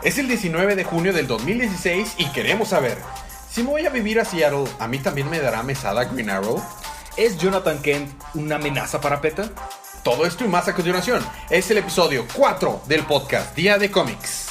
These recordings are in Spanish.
Es el 19 de junio del 2016 y queremos saber, si me voy a vivir a Seattle, ¿a mí también me dará mesada Green Arrow? ¿Es Jonathan Kent una amenaza para PETA? Todo esto y más a continuación. Es el episodio 4 del podcast Día de Cómics.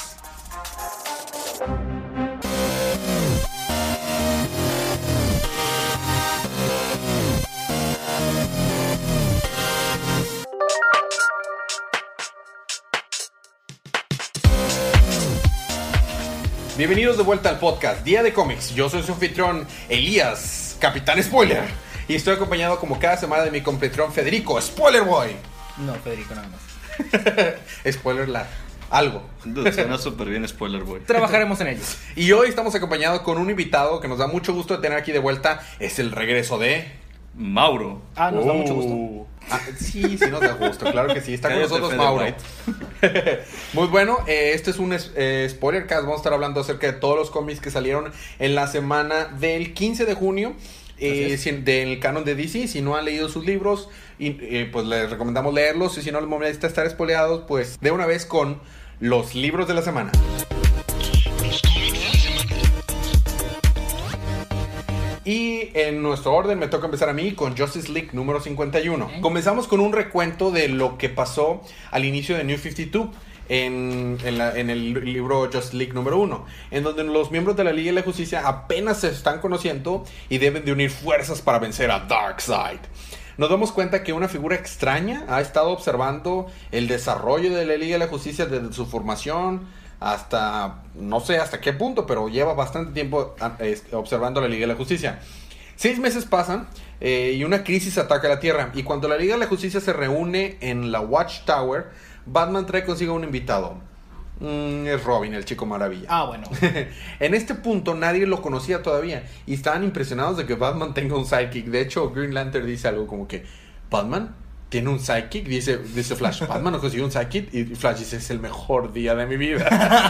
Bienvenidos de vuelta al podcast Día de Cómics. Yo soy su anfitrión Elías, Capitán Spoiler. Y estoy acompañado como cada semana de mi anfitrión Federico, Spoiler Boy. No, Federico, nada más. Spoiler algo. Suena súper bien Spoiler Boy. Trabajaremos en ello. Y hoy estamos acompañados con un invitado que nos da mucho gusto de tener aquí de vuelta. Es el regreso de... Mauro. Nos da mucho gusto. Sí nos da gusto, claro que sí. Está con Cállate, nosotros Fede Mauro. White. Muy bueno, este es un spoilercast. Vamos a estar hablando acerca de todos los cómics que salieron en la semana del 15 de junio. Del canon de DC. Si no han leído sus libros, pues les recomendamos leerlos. Y si no les molesta estar spoileados, pues de una vez con los libros de la semana. Y en nuestro orden me toca empezar a mí con Justice League número 51. Comenzamos con un recuento de lo que pasó al inicio de New 52 en el libro Justice League número 1, en donde los miembros de la Liga de la Justicia apenas se están conociendo y deben de unir fuerzas para vencer a Darkseid. Nos damos cuenta que una figura extraña ha estado observando el desarrollo de la Liga de la Justicia desde su formación hasta, no sé hasta qué punto, pero lleva bastante tiempo observando la Liga de la Justicia. 6 meses pasan y una crisis ataca a la Tierra. Y cuando la Liga de la Justicia se reúne en la Watchtower, Batman trae consigo un invitado. Es Robin, el Chico Maravilla. Bueno. En este punto nadie lo conocía todavía y estaban impresionados de que Batman tenga un sidekick. De hecho, Green Lantern dice algo como que ¿Batman tiene un sidekick? Dice Flash, Batman no consiguió un sidekick. Y Flash dice, es el mejor día de mi vida.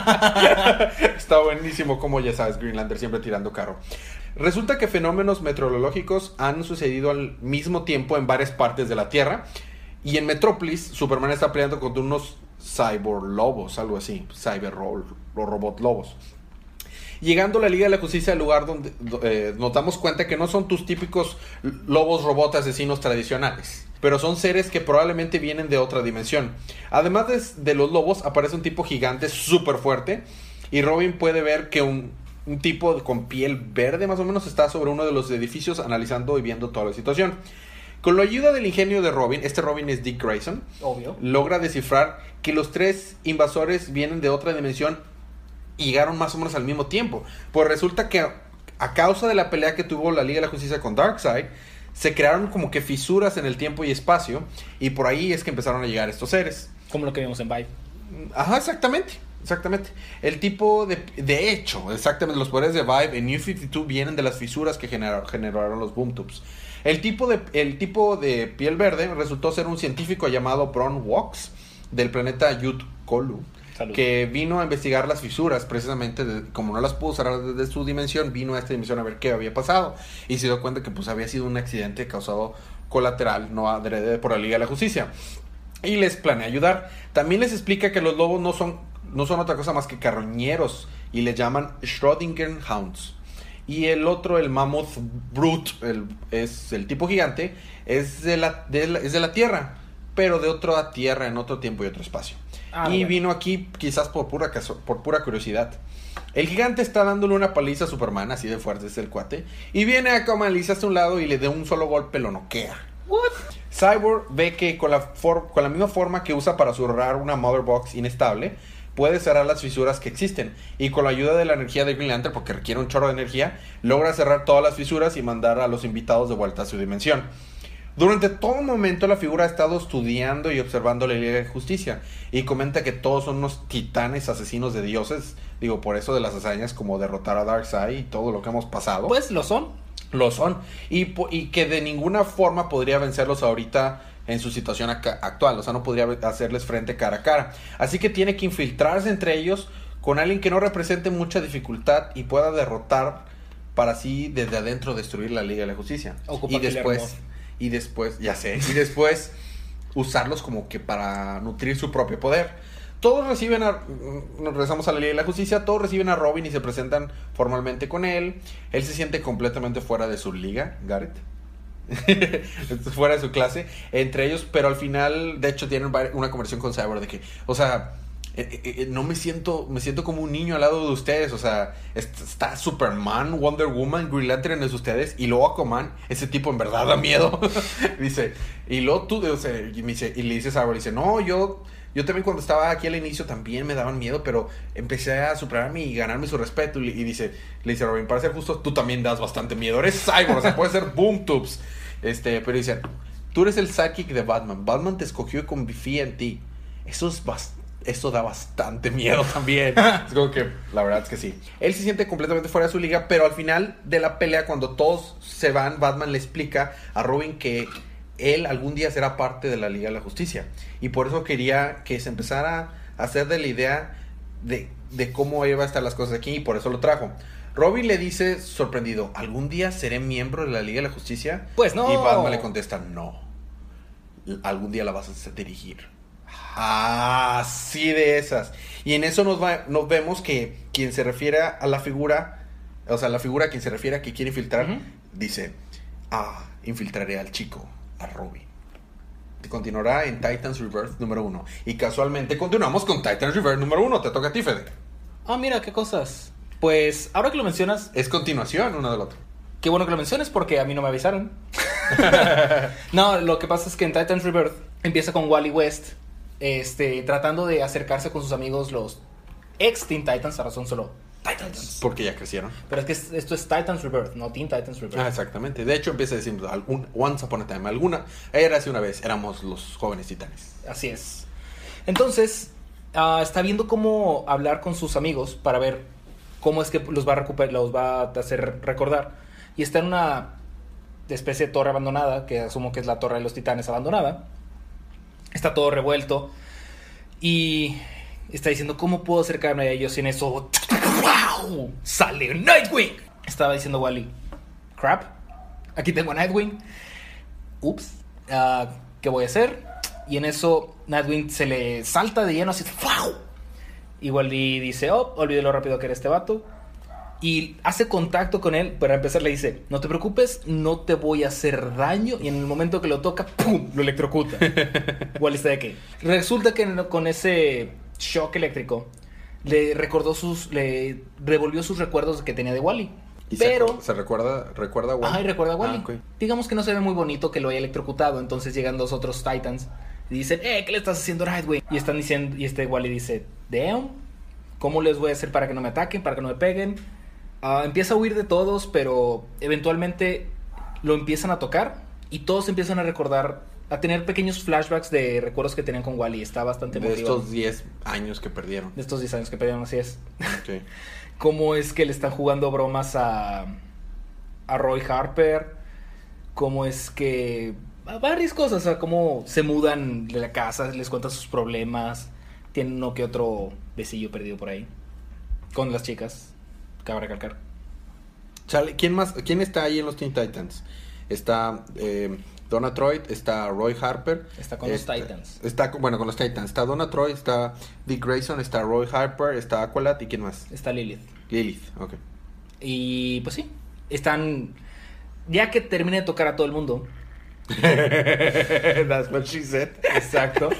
Está buenísimo, como ya sabes, Green Lantern siempre tirando carro. Resulta que fenómenos meteorológicos han sucedido al mismo tiempo en varias partes de la Tierra. Y en Metrópolis, Superman está peleando contra unos cyborg lobos, algo así, robot lobos. Llegando a la Liga de la Justicia, al lugar donde nos damos cuenta que no son tus típicos lobos robot asesinos tradicionales, pero son seres que probablemente vienen de otra dimensión. Además de los lobos, aparece un tipo gigante súper fuerte, y Robin puede ver que un tipo con piel verde más o menos está sobre uno de los edificios analizando y viendo toda la situación. Con la ayuda del ingenio de Robin, Robin es Dick Grayson, obvio, logra descifrar que los 3 invasores vienen de otra dimensión y llegaron más o menos al mismo tiempo. Pues resulta que a causa de la pelea que tuvo la Liga de la Justicia con Darkseid, se crearon como que fisuras en el tiempo y espacio, y por ahí es que empezaron a llegar estos seres. Como lo que vimos en Vibe. Ajá, exactamente. El tipo de hecho, exactamente, los poderes de Vibe en New 52 vienen de las fisuras que generaron los Boom Tubes. El tipo de piel verde resultó ser un científico llamado Bron Walks del planeta Yut-Kolu, que vino a investigar las fisuras. Precisamente como no las pudo usar desde su dimensión, vino a esta dimensión a ver qué había pasado y se dio cuenta que pues había sido un accidente causado colateral, no adrede, por la Liga de la Justicia, y les planea ayudar. También les explica que los lobos no son otra cosa más que carroñeros y les llaman Schrödinger Hounds. Y el otro, el Mammoth Brute, es el tipo gigante, es de la Tierra, pero de otra Tierra en otro tiempo y otro espacio. Y vino aquí quizás por pura curiosidad. El gigante está dándole una paliza a Superman, así de fuerte es el cuate, y viene a Kamala hasta un lado y le de un solo golpe lo noquea. What? Cyborg ve que con la misma forma que usa para cerrar una Mother Box inestable, puede cerrar las fisuras que existen, y con la ayuda de la energía de Green Lantern, porque requiere un chorro de energía, logra cerrar todas las fisuras y mandar a los invitados de vuelta a su dimensión. Durante todo momento la figura ha estado estudiando y observando la Liga de Justicia, y comenta que todos son unos titanes asesinos de dioses. Digo, por eso de las hazañas como derrotar a Darkseid y todo lo que hemos pasado. Pues lo son. Y que de ninguna forma podría vencerlos ahorita en su situación actual. O sea, no podría hacerles frente cara a cara. Así que tiene que infiltrarse entre ellos con alguien que no represente mucha dificultad y pueda derrotar para así desde adentro destruir la Liga de la Justicia. Y después usarlos como que para nutrir su propio poder. Todos reciben nos regresamos a la Liga de la Justicia, todos reciben a Robin y se presentan formalmente con él. Él se siente completamente fuera de su liga, Garrett. Fuera de su clase. Entre ellos, pero al final, de hecho, tienen una conversación con Cyborg de que, o sea, no me siento como un niño al lado de ustedes. O sea, está Superman, Wonder Woman, Green Lantern es ustedes, y luego Aquaman, ese tipo en verdad da miedo. Dice, y luego tú, o sea, y le dice Cyborg, dice, no, yo también cuando estaba aquí al inicio también me daban miedo, pero empecé a superarme y ganarme su respeto. Y le dice Robin, para ser justo, tú también das bastante miedo. Eres Cyborg, o sea, puedes ser Boom Tubes. Pero dice, tú eres el sidekick de Batman. Batman te escogió y confía en ti. Eso da bastante miedo también. Es como que, la verdad es que sí. Él se siente completamente fuera de su liga, pero al final de la pelea, cuando todos se van, Batman le explica a Robin que él algún día será parte de la Liga de la Justicia. Y por eso quería que se empezara a hacer de la idea de cómo iba a estar las cosas aquí, y por eso lo trajo. Robin le dice sorprendido, ¿algún día seré miembro de la Liga de la Justicia? Pues no. Y Batman le contesta, no. Algún día la vas a dirigir. Ah, sí, de esas. Y en eso nos vemos que quien se refiere a la figura, o sea, la figura a quien se refiere a que quiere infiltrar, dice, infiltraré al chico, a Robin. Continuará en Titans Rebirth número 1. Y casualmente continuamos con Titans Rebirth número 1. Te toca a ti, Fede. Mira, qué cosas. Pues, ahora que lo mencionas... Es continuación uno del otro. Qué bueno que lo menciones porque a mí no me avisaron. No, lo que pasa es que en Titans Rebirth empieza con Wally West tratando de acercarse con sus amigos los ex Teen Titans. Ahora son solo Titans. Porque ya crecieron. Pero es que esto es Titans Rebirth, no Teen Titans Rebirth. Exactamente. De hecho empieza diciendo Once Upon a Time. Era hace una vez, éramos los jóvenes titanes. Así es. Entonces, está viendo cómo hablar con sus amigos para ver cómo es que los va a recuperar, los va a hacer recordar. Y está en una especie de torre abandonada, que asumo que es la Torre de los Titanes abandonada. Está todo revuelto. Y está diciendo, ¿cómo puedo acercarme a ellos? Y en eso, ¡wow! ¡Sale Nightwing! Estaba diciendo Wally, crap, aquí tengo a Nightwing. Ups, ¿qué voy a hacer? Y en eso Nightwing se le salta de lleno así, ¡wow! Y Wally dice, olvidé lo rápido que era este vato. Y hace contacto con él. Para empezar le dice, no te preocupes, no te voy a hacer daño. Y en el momento que lo toca, ¡pum!, lo electrocuta. Wally está de qué. Resulta que con ese shock eléctrico le revolvió sus recuerdos que tenía de Wally. Y pero se recuerda a Wally. Ajá, y recuerda a Wally. Okay. Digamos que no se ve muy bonito que lo haya electrocutado. Entonces llegan los otros Titans y dicen, ¿qué le estás haciendo a Nightwing? Y están diciendo, y Wally dice, damn, ¿cómo les voy a hacer para que no me ataquen, para que no me peguen? Empieza a huir de todos, pero eventualmente lo empiezan a tocar y todos empiezan a recordar, a tener pequeños flashbacks de recuerdos que tenían con Wally. Está bastante emotivo. De estos 10 años que perdieron. De estos 10 años que perdieron, así es. Okay. Cómo es que le están jugando bromas a Roy Harper. Cómo es que... varias cosas, o sea, cómo se mudan de la casa, les cuentan sus problemas. Tienen uno que otro besillo perdido por ahí. Con las chicas, cabe recalcar. Chale, ¿quién está ahí en los Teen Titans? Está Donna Troy, está Roy Harper. Está con los Titans. Con los Titans. Está Donna Troy, está Dick Grayson, está Roy Harper, está Aqualad, ¿y quién más? Está Lilith. Lilith, ok. Y pues sí, están... Ya que termine de tocar a todo el mundo. That's what she said. Exacto.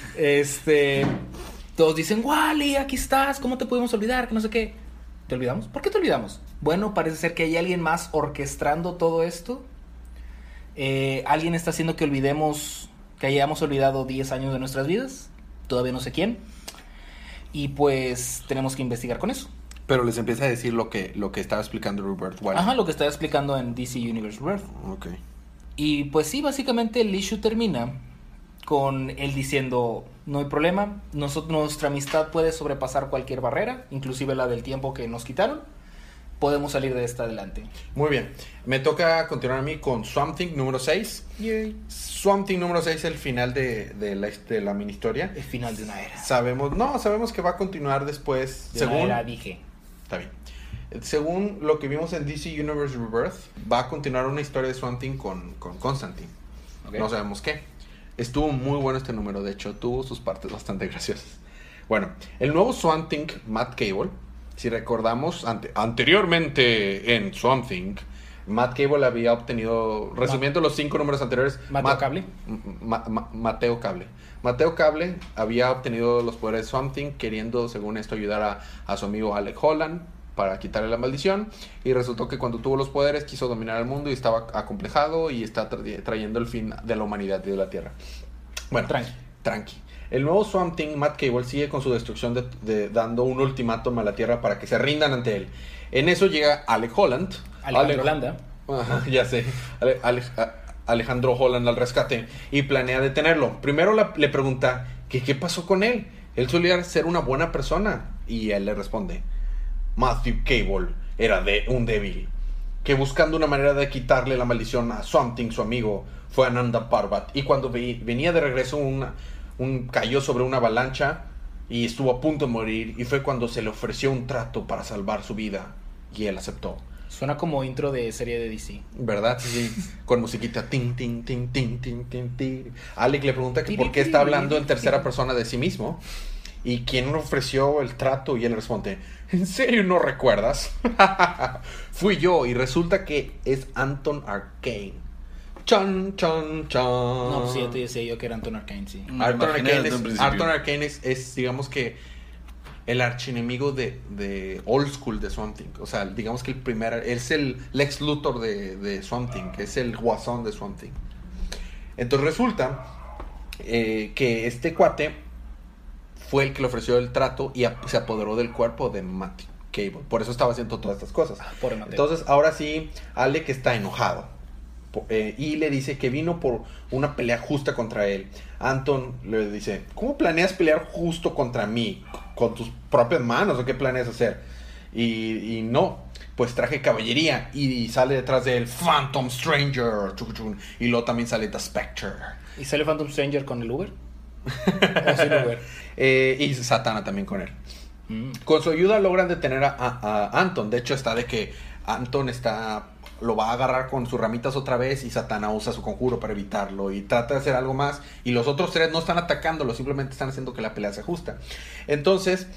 Todos dicen, Wally, aquí estás, ¿cómo te pudimos olvidar? Que no sé qué. ¿Te olvidamos? ¿Por qué te olvidamos? Bueno, parece ser que hay alguien más orquestando todo esto. Alguien está haciendo que olvidemos, que hayamos olvidado 10 años de nuestras vidas. Todavía no sé quién. Y pues tenemos que investigar con eso. Pero les empieza a decir lo que estaba explicando Rebirth Wally. Ajá, lo que estaba explicando en DC Universe Rebirth. Ok. Y pues sí, básicamente el issue termina con él diciendo, no hay problema, nuestra amistad puede sobrepasar cualquier barrera, inclusive la del tiempo que nos quitaron. Podemos salir de esta adelante. Muy bien. Me toca continuar a mí con Swamp Thing número 6. Yay. Swamp Thing número 6 es el final de la mini historia. El final de una era. Sabemos que va a continuar después. Una era, dije. Está bien. Según lo que vimos en DC Universe Rebirth, va a continuar una historia de Swamp Thing con Constantine. Okay. No sabemos qué. Estuvo muy bueno este número, de hecho, tuvo sus partes bastante graciosas. Bueno, el nuevo Swamp Thing, Matt Cable, si recordamos, anteriormente en Swamp Thing, Matt Cable había obtenido, resumiendo los 5 números anteriores, ¿Mateo Cable? Mateo Cable. Mateo Cable había obtenido los poderes de Swamp Thing, queriendo, según esto, ayudar a su amigo Alec Holland para quitarle la maldición. Y resultó que cuando tuvo los poderes, quiso dominar el mundo y estaba acomplejado y está trayendo el fin de la humanidad y de la Tierra. Bueno, tranqui. El nuevo Swamp Thing, Matt Cable, sigue con su destrucción dando un ultimátum a la Tierra para que se rindan ante él. En eso llega Alec Holland. Alejandro Holanda. Ya sé. Alejandro Holland al rescate y planea detenerlo. Primero le pregunta que qué pasó con él. Él solía ser una buena persona. Y él le responde: Matthew Cable era un débil, que buscando una manera de quitarle la maldición a Swamp Thing, su amigo, fue a Nanda Parbat. Y cuando venía de regreso cayó sobre una avalancha y estuvo a punto de morir. Y fue cuando se le ofreció un trato para salvar su vida y él aceptó. Suena como intro de serie de DC. ¿Verdad? Sí. Con musiquita. Tin, tin, tin, tin, tin, tin, tin. Alec le pregunta que por qué está hablando en tercera persona de sí mismo. Y quién le ofreció el trato. Y él responde: ¿en serio no recuerdas? Fui yo. Y resulta que es Anton Arcane. Chan, chan, chan. No, pues sí, ya te decía yo que era Anton Arcane, sí. Anton Arcane es, digamos que, el archienemigo de Old School de Swamp Thing. O sea, digamos que es el Lex Luthor de Swamp Thing, que es el guasón de Swamp Thing. Entonces resulta que este cuate fue el que le ofreció el trato y se apoderó del cuerpo de Matt Cable. Por eso estaba haciendo todas estas cosas. Entonces ahora sí, Alec está enojado. Y le dice que vino por una pelea justa contra él. Anton le dice: ¿cómo planeas pelear justo contra mí? ¿Con tus propias manos o qué planeas hacer? Y no, pues traje caballería. Y sale detrás de él Phantom Stranger. Y luego también sale The Spectre. ¿Y sale Phantom Stranger con el Uber? ¿O sin Uber? Y Satana también con él. Con su ayuda logran detener a Anton. De hecho está de que Anton lo va a agarrar con sus ramitas otra vez y Satana usa su conjuro para evitarlo y trata de hacer algo más, y los otros tres no están atacándolo, simplemente están haciendo que la pelea se ajusta. Entonces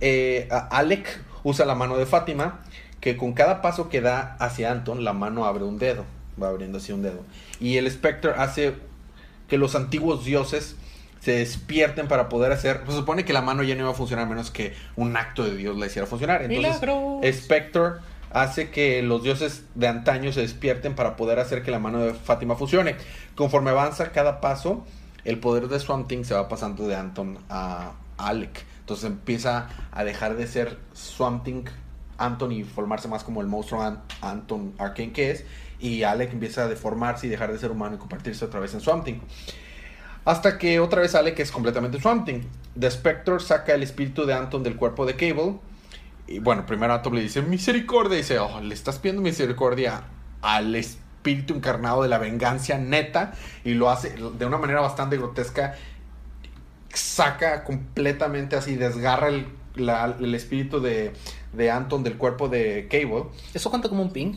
Alec usa la mano de Fátima, que con cada paso que da hacia Anton, la mano abre un dedo, va abriendo así un dedo, y el Spectre hace que los antiguos dioses se despierten para poder hacer. Se supone que la mano ya no iba a funcionar a menos que un acto de Dios la hiciera funcionar. Entonces ¡milagros! Spectre hace que los dioses de antaño se despierten para poder hacer que la mano de Fátima funcione. Conforme avanza cada paso, el poder de Swamp Thing se va pasando de Anton a Alec. Entonces empieza a dejar de ser Swamp Thing Anton y formarse más como el monstruo Anton Arcane que es. Y Alec empieza a deformarse y dejar de ser humano y convertirse otra vez en Swamp Thing. Hasta que otra vez Alec es completamente Swamp Thing. The Spectre saca el espíritu de Anton del cuerpo de Cable. Y bueno, primero Anton le dice misericordia. Y dice: oh, le estás pidiendo misericordia al espíritu encarnado de la venganza neta. Y lo hace de una manera bastante grotesca. Saca completamente así, desgarra el espíritu de Anton del cuerpo de Cable. ¿Eso cuenta como un ping?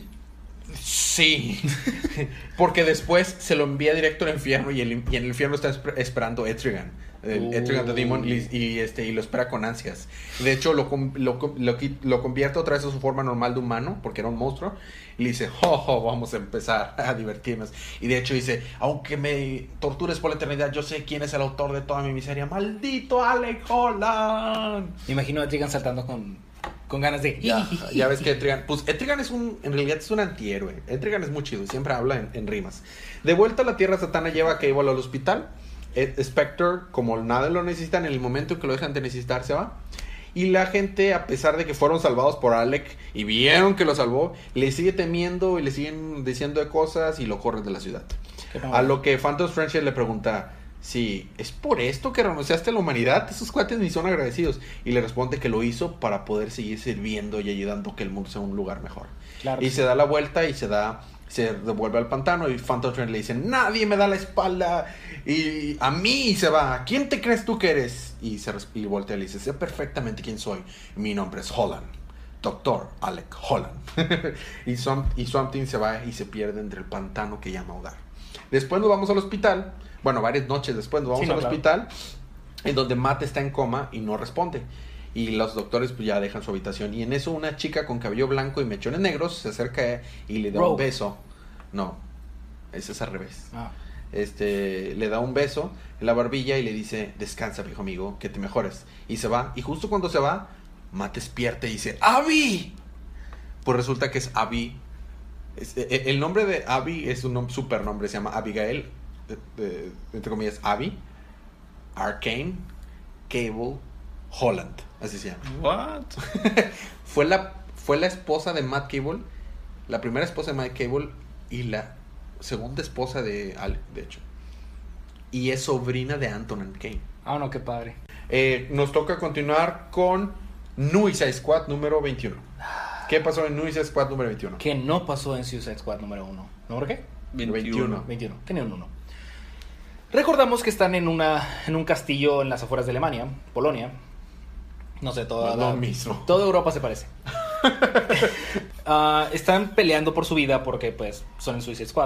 Sí. Porque después se lo envía directo al infierno. Y en el infierno está esperando Etrigan. Etrigan the Demon. Y lo espera con ansias. De hecho lo convierte otra vez a su forma normal de humano, porque era un monstruo. Y le dice: vamos a empezar a divertirnos. Y de hecho dice: aunque me tortures por la eternidad, yo sé quién es el autor de toda mi miseria. ¡Maldito Alec Holland! Me imagino a Etrigan saltando con ganas de... Ya ves que Etrigan... Pues Etrigan en realidad es un antihéroe. Etrigan es muy chido y siempre habla en rimas. De vuelta a la Tierra, Satana lleva a Cable al hospital. Spectre, como nada lo necesitan, en el momento en que lo dejan de necesitar, se va. Y la gente, a pesar de que fueron salvados por Alec y vieron que lo salvó, le sigue temiendo y le siguen diciendo de cosas y lo corren de la ciudad. A lo que Phantom Stranger le pregunta: sí, ¿es por esto que renunciaste a la humanidad? Esos cuates ni son agradecidos. Y le responde que lo hizo para poder seguir sirviendo y ayudando a que el mundo sea un lugar mejor. Claro. Y se da la vuelta y se devuelve al pantano. Y Phantom Stranger le dice: nadie me da la espalda y a mí se va. ¿Quién te crees tú que eres? Y voltea y le dice: sé perfectamente quién soy. Mi nombre es Holland. Doctor Alec Holland. y Swamp Thing se va y se pierde entre el pantano que llama hogar. Después nos vamos al hospital. Bueno, varias noches después nos vamos al hospital. en donde Matt está en coma y no responde. Y los doctores pues ya dejan su habitación. Y en eso una chica con cabello blanco y mechones negros se acerca y le da un beso. No, ese es al revés. Le da un beso en la barbilla y le dice, descansa, viejo amigo, que te mejores. Y se va. Y justo cuando se va, Matt despierta y dice, ¡Abby! Pues resulta que es Abby. El nombre de Abby es un super nombre. Se llama Abigail, entre comillas, Abby Arcane Cable Holland, así se llama. What? Fue la esposa de Matt Cable, la primera esposa de Matt Cable y la segunda esposa de Alec, de hecho. Y es sobrina de Anton Kane. Ah, no, qué padre. Nos toca continuar con Suicide Squad número 21. ¿Qué pasó en Suicide Squad número 21? Que no pasó en Suicide Squad número 1. ¿Número qué? 21. Tenía un 1. Recordamos que están en un castillo en las afueras de Alemania, Polonia. No sé, lo mismo. Toda Europa se parece. Están peleando por su vida porque pues son en Suicide Squad.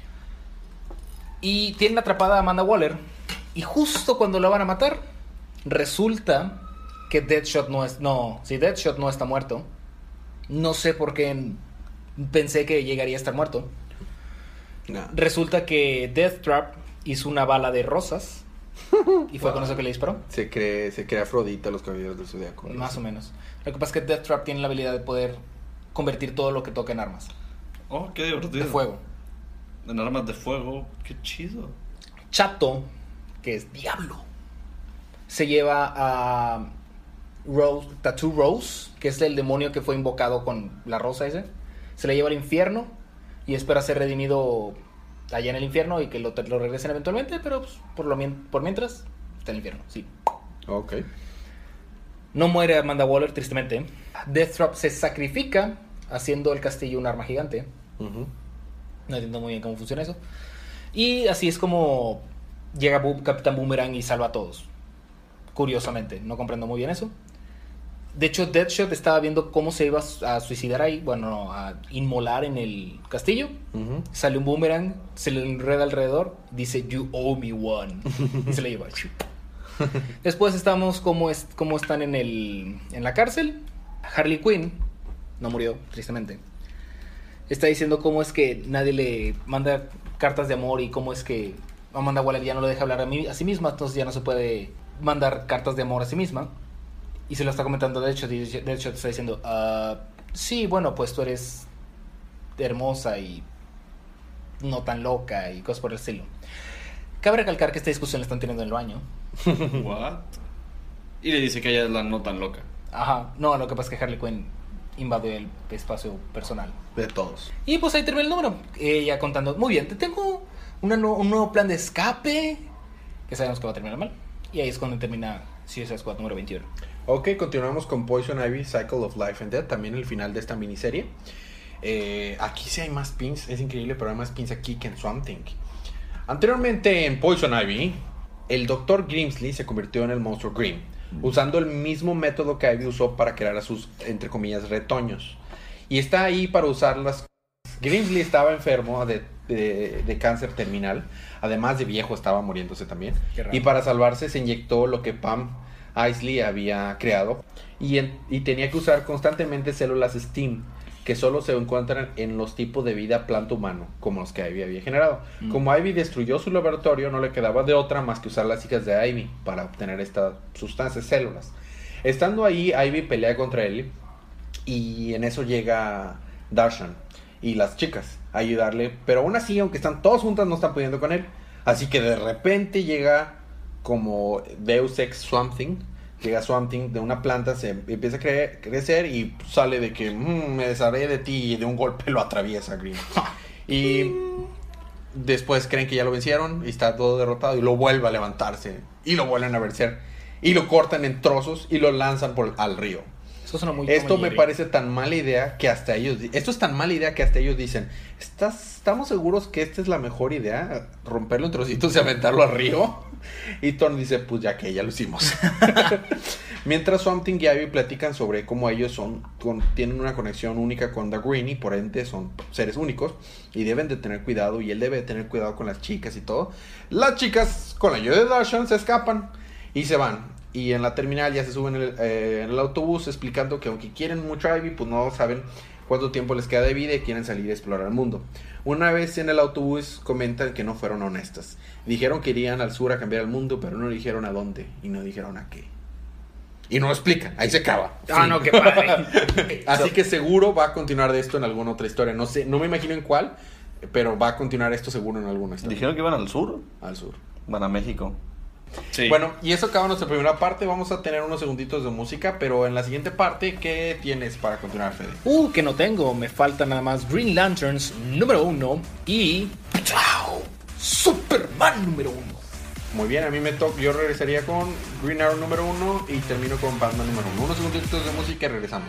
Y tienen atrapada a Amanda Waller. Y justo cuando la van a matar, resulta que Deadshot no está muerto. No sé por qué pensé que llegaría a estar muerto. No. Resulta que Deathtrap hizo una bala de rosas. Y fue con eso que le disparó. Se cree Afrodita, los caballeros del Zodiaco. Más o menos. Lo que pasa es que Deathtrap tiene la habilidad de poder convertir todo lo que toca en armas. Oh, qué divertido. De fuego. En armas de fuego, qué chido. Chato, que es diablo, se lleva a Tattoo Rose, que es el demonio que fue invocado con la rosa ese. Se le lleva al infierno y espera ser redimido allá en el infierno y que lo regresen eventualmente, pero pues, por mientras está en el infierno, sí. Ok. No muere Amanda Waller, tristemente. Deathtrap se sacrifica haciendo el castillo un arma gigante. Uh-huh. No entiendo muy bien cómo funciona eso. Y así es como llega Capitán Boomerang y salva a todos. Curiosamente, no comprendo muy bien eso. De hecho, Deadshot estaba viendo cómo se iba a suicidar ahí, bueno, a inmolar en el castillo. Uh-huh. Sale un boomerang, se le enreda alrededor, dice, "You owe me one", y se le lleva. Después estamos como están en la cárcel. Harley Quinn no murió, tristemente. Está diciendo cómo es que nadie le manda cartas de amor y cómo es que Amanda Waller ya no lo deja hablar a sí misma, entonces ya no se puede mandar cartas de amor a sí misma. Y se lo está comentando de hecho está diciendo, sí, bueno, pues tú eres hermosa y no tan loca y cosas por el estilo. Cabe recalcar que esta discusión la están teniendo en el baño. What? Y le dice que ella es la no tan loca. Ajá, no, lo que pasa es que Harley Quinn invadió el espacio personal de todos. Y pues ahí termina el número. Ella contando, muy bien, te tengo un nuevo plan de escape, que sabemos que va a terminar mal. Y ahí es cuando termina Suicide Squad número 21. Ok, continuamos con Poison Ivy, Cycle of Life and Death, también el final de esta miniserie. Aquí sí hay más pins, es increíble, pero hay más pins aquí que en Swamp Thing. Anteriormente en Poison Ivy, el Dr. Grimsley se convirtió en el monstruo Grimm, usando el mismo método que Ivy usó para crear a sus, entre comillas, retoños. Y está ahí para usarlas. Grimsley estaba enfermo de cáncer terminal, además de viejo estaba muriéndose también. Y para salvarse se inyectó lo que Pam Isley había creado y tenía que usar constantemente células STEAM, que solo se encuentran en los tipos de vida planta humano, como los que Ivy había generado. Como Ivy destruyó su laboratorio, no le quedaba de otra más que usar las hijas de Ivy para obtener estas sustancias, células. Estando ahí, Ivy pelea contra él y en eso llega Darshan y las chicas a ayudarle, pero aún así, aunque están todas juntas, no están pudiendo con él. Así que de repente llega como Deus Ex Swamp Thing. Llega Swamp Thing de una planta, se empieza a crecer y sale de que me desharé de ti, y de un golpe lo atraviesa Green. Y después creen que ya lo vencieron y está todo derrotado y lo vuelve a levantarse y lo vuelven a vencer y lo cortan en trozos y lo lanzan al río. Esto me parece tan mala idea que hasta ellos... Esto es tan mala idea que hasta ellos dicen, ¿estamos seguros que esta es la mejor idea? ¿Romperlo en trocitos y aventarlo al río? Y Thorne dice, pues ya que ya lo hicimos. Mientras Swamp Thing y Ivy platican sobre cómo ellos tienen una conexión única con The Green y por ende son seres únicos y deben de tener cuidado y él debe de tener cuidado con las chicas y todo. Las chicas, con la ayuda de Darshan, se escapan Y se van. Y en la terminal ya se suben en el autobús explicando que aunque quieren mucho a Ivy, pues no saben cuánto tiempo les queda de vida y quieren salir a explorar el mundo. Una vez en el autobús comentan que no fueron honestas. Dijeron que irían al sur a cambiar el mundo, pero no dijeron a dónde y no dijeron a qué. Y no lo explican, ahí se acaba. Ah, no, qué padre. Así que seguro va a continuar de esto en alguna otra historia. No sé, no me imagino en cuál, pero va a continuar esto seguro en alguna historia. Dijeron que iban al sur. Al sur. Van a México. Sí. Bueno, y eso acaba nuestra primera parte. Vamos a tener unos segunditos de música, pero en la siguiente parte, ¿qué tienes para continuar, Fede? Que no tengo. Me falta nada más Green Lanterns número 1 y... ¡Chao! Superman número 1. Muy bien, a mí me toca. Yo regresaría con Green Arrow número 1 y termino con Batman número 1. Unos segunditos de música y regresamos.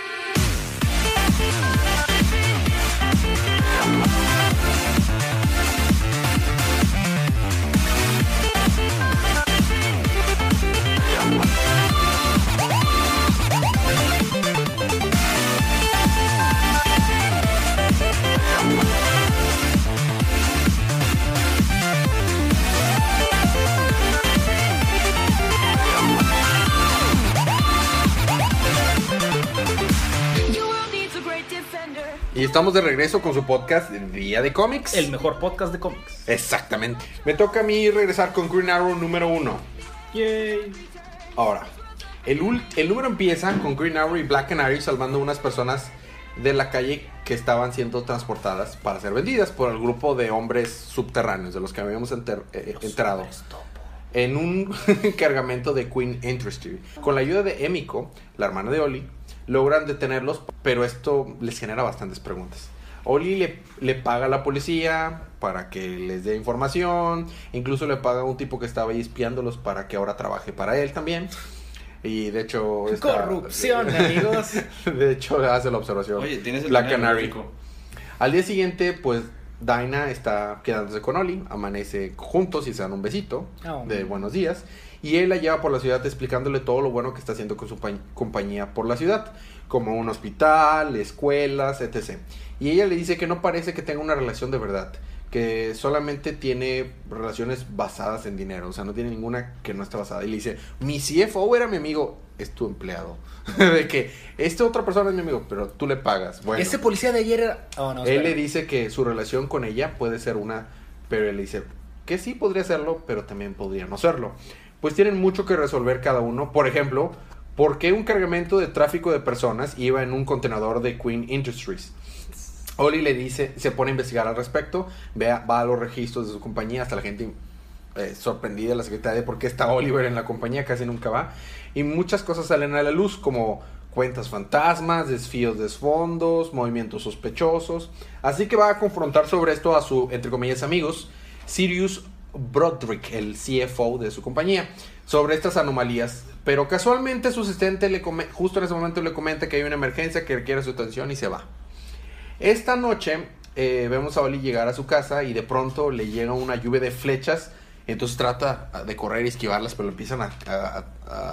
Y estamos de regreso con su podcast Día de Cómics. El mejor podcast de cómics. Exactamente. Me toca a mí regresar con Green Arrow número 1. Yay. Ahora, el número empieza con Green Arrow y Black Canary salvando a unas personas de la calle que estaban siendo transportadas para ser vendidas por el grupo de hombres subterráneos de los que habíamos enterado en un cargamento de Queen Industry. Con la ayuda de Emiko, la hermana de Oli, logran detenerlos, pero esto les genera bastantes preguntas. Oli le paga a la policía para que les dé información, incluso le paga a un tipo que estaba ahí espiándolos para que ahora trabaje para él también. Y de hecho... Corrupción, amigos. De hecho, hace la observación. Oye, tienes el Black dinero, Canary. rico. Al día siguiente, pues, Dinah está quedándose con Oli. Amanece juntos y se dan un besito de buenos días. Y él la lleva por la ciudad explicándole todo lo bueno que está haciendo con su compañía por la ciudad. Como un hospital, escuelas, etc. Y ella le dice que no parece que tenga una relación de verdad. Que solamente tiene relaciones basadas en dinero. O sea, no tiene ninguna que no esté basada. Y le dice, mi CFO era mi amigo. Es tu empleado. De que esta otra persona es mi amigo, pero tú le pagas. Bueno, Ese policía de ayer era... Oh, no, él le dice que su relación con ella puede ser una... Pero él le dice que sí podría serlo, pero también podría no serlo. Pues tienen mucho que resolver cada uno. Por ejemplo, ¿por qué un cargamento de tráfico de personas iba en un contenedor de Queen Industries? Oli le dice, se pone a investigar al respecto, va a los registros de su compañía, hasta la gente sorprendida, la secretaria, de por qué está Oliver en la compañía, casi nunca va. Y muchas cosas salen a la luz, como cuentas fantasmas, desvíos de fondos, movimientos sospechosos. Así que va a confrontar sobre esto a su, entre comillas, amigos, Sirius Broderick, el CFO de su compañía, sobre estas anomalías. Pero casualmente su asistente justo en ese momento le comenta que hay una emergencia que requiere su atención y se va. Esta noche vemos a Oli llegar a su casa y de pronto le llega una lluvia de flechas. Entonces trata de correr y esquivarlas, pero le empiezan a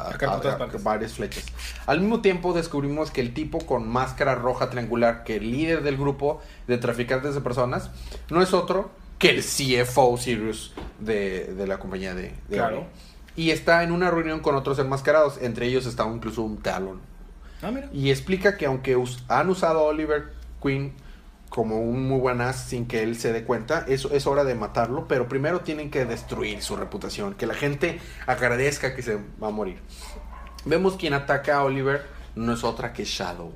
varias flechas. Al mismo tiempo descubrimos que el tipo con máscara roja triangular, que el líder del grupo de traficantes de personas, no es otro que el CFO Sirius de la compañía de Claro. Oli. Y está en una reunión con otros enmascarados. Entre ellos está incluso un Talon. Mira. Y explica que aunque han usado a Oliver Queen como un muy buen as sin que él se dé cuenta, eso es hora de matarlo, pero primero tienen que destruir su reputación, que la gente agradezca que se va a morir. Vemos quien ataca a Oliver no es otra que Shadow.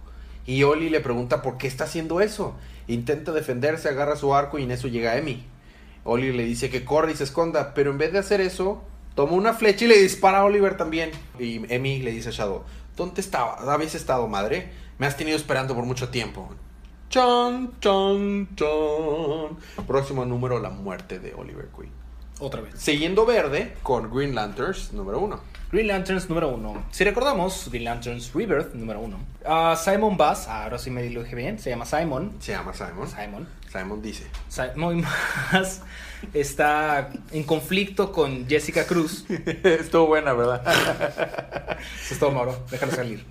Y Oli le pregunta por qué está haciendo eso. Intenta defenderse, agarra su arco y en eso llega Emmy. Oli le dice que corre y se esconda, pero en vez de hacer eso, toma una flecha y le dispara a Oliver también. Y Emmy le dice a Shadow, ¿dónde habías estado, madre? Me has tenido esperando por mucho tiempo. Chon, chon, chon. Próximo número, la muerte de Oliver Queen. Otra vez. Siguiendo verde con Green Lanterns número 1. Green Lanterns número 1. Si recordamos, Green Lanterns Rebirth número 1. Simon Bass, ahora sí me lo dije bien, se llama Simon. Se llama Simon. Simon dice. Simon Bass está en conflicto con Jessica Cruz. Estuvo buena, ¿verdad? Eso es todo, Mauro, déjalo salir.